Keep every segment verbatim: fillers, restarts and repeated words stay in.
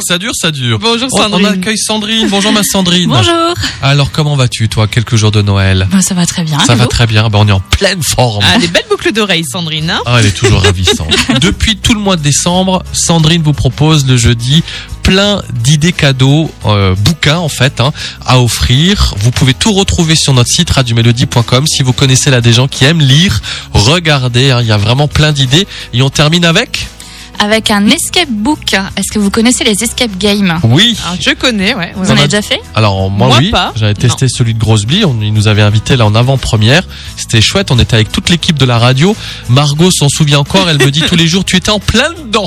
ça dure, ça dure. Bonjour On, Sandrine. on accueille Sandrine. Bonjour ma Sandrine. Bonjour. Alors comment vas-tu toi, quelques jours de Noël? Bah, ça va très bien. Ça va vous très bien, bah, on est en pleine forme. Ah, les belles boucles d'oreilles, Sandrine. Hein Ah, elle est toujours ravissante. Depuis tout le mois de décembre, Sandrine vous propose le jeudi plein d'idées cadeaux, euh, bouquins en fait, hein, à offrir. Vous pouvez tout retrouver sur notre site radio mélodie point com. Si vous connaissez là des gens qui aiment lire, regardez, hein, il y a vraiment plein d'idées. Et on termine avec Avec un escape book. Est-ce que vous connaissez les escape games? Oui. Alors, je connais, ouais. Vous ouais. en a- avez déjà fait? Alors moi, Moi, oui, pas. j'avais testé celui de Grosby, on, il nous avait invité là en avant-première, c'était chouette, on était avec toute l'équipe de la radio, Margot s'en souvient encore, elle me dit tous les jours tu étais en plein dedans.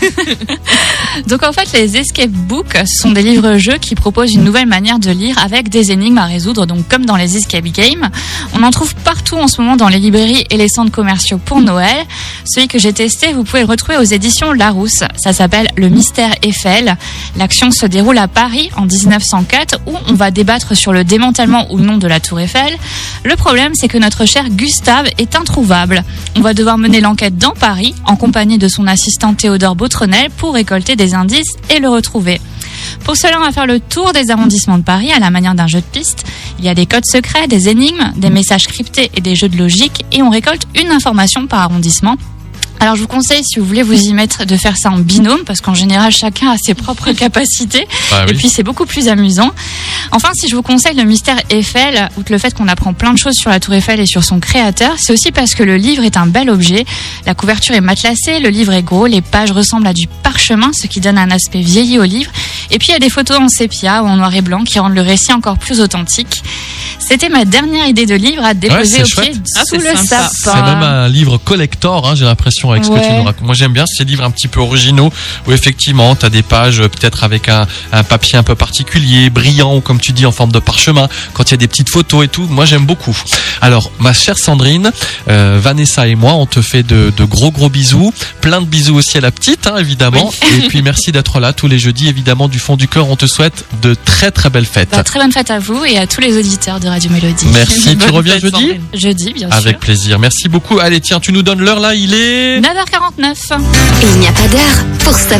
Donc en fait, les escape books, ce sont des livres-jeux qui proposent une nouvelle manière de lire avec des énigmes à résoudre, donc comme dans les escape games. On en trouve partout en ce moment dans les librairies et les centres commerciaux pour Noël. Celui que j'ai testé, vous pouvez le retrouver aux éditions Larousse. Ça s'appelle Le Mystère Eiffel. L'action se déroule à Paris en dix-neuf cent quatre où on va débattre sur le démantèlement ou non de la Tour Eiffel. Le problème, c'est que notre cher Gustave est introuvable. On va devoir mener l'enquête dans Paris en compagnie de son assistant Théodore Bautrenel pour récolter des indices et le retrouver. Pour cela, on va faire le tour des arrondissements de Paris à la manière d'un jeu de piste. Il y a des codes secrets, des énigmes, des messages cryptés et des jeux de logique et on récolte une information par arrondissement. Alors je vous conseille, si vous voulez vous y mettre, de faire ça en binôme parce qu'en général chacun a ses propres capacités Ah, et oui. puis c'est beaucoup plus amusant. Enfin, si je vous conseille le Mystère Eiffel, outre le fait qu'on apprend plein de choses sur la Tour Eiffel et sur son créateur, c'est aussi parce que le livre est un bel objet. La couverture est matelassée, le livre est gros, les pages ressemblent à du parchemin, ce qui donne un aspect vieilli au livre. Et puis il y a des photos en sépia ou en noir et blanc qui rendent le récit encore plus authentique. C'était ma dernière idée de livre à déposer c'est au chouette. pied Ah, sous c'est le sympa. C'est sapin. même un livre collector, hein, j'ai l'impression, avec ce que Ouais. tu nous racontes. Moi j'aime bien ces livres un petit peu originaux où effectivement tu as des pages euh, peut-être avec un, un papier un peu particulier, brillant, ou comme tu dis en forme de parchemin, quand il y a des petites photos et tout. Moi j'aime beaucoup. Alors ma chère Sandrine, euh, Vanessa et moi on te fait de, de gros gros bisous, plein de bisous aussi à la petite, hein, évidemment. Et puis merci d'être là tous les jeudis, évidemment, du fond du cœur. On te souhaite de très très belles fêtes. Bah, très bonne fête à vous et à tous les auditeurs de Radio Mélodie. Merci. Tu Bonne reviens fête, jeudi Sandrine. Jeudi, bien Avec sûr. plaisir. Merci beaucoup. Allez tiens, tu nous donnes l'heure là, il est neuf heures quarante-neuf. Il n'y a pas d'heure pour sa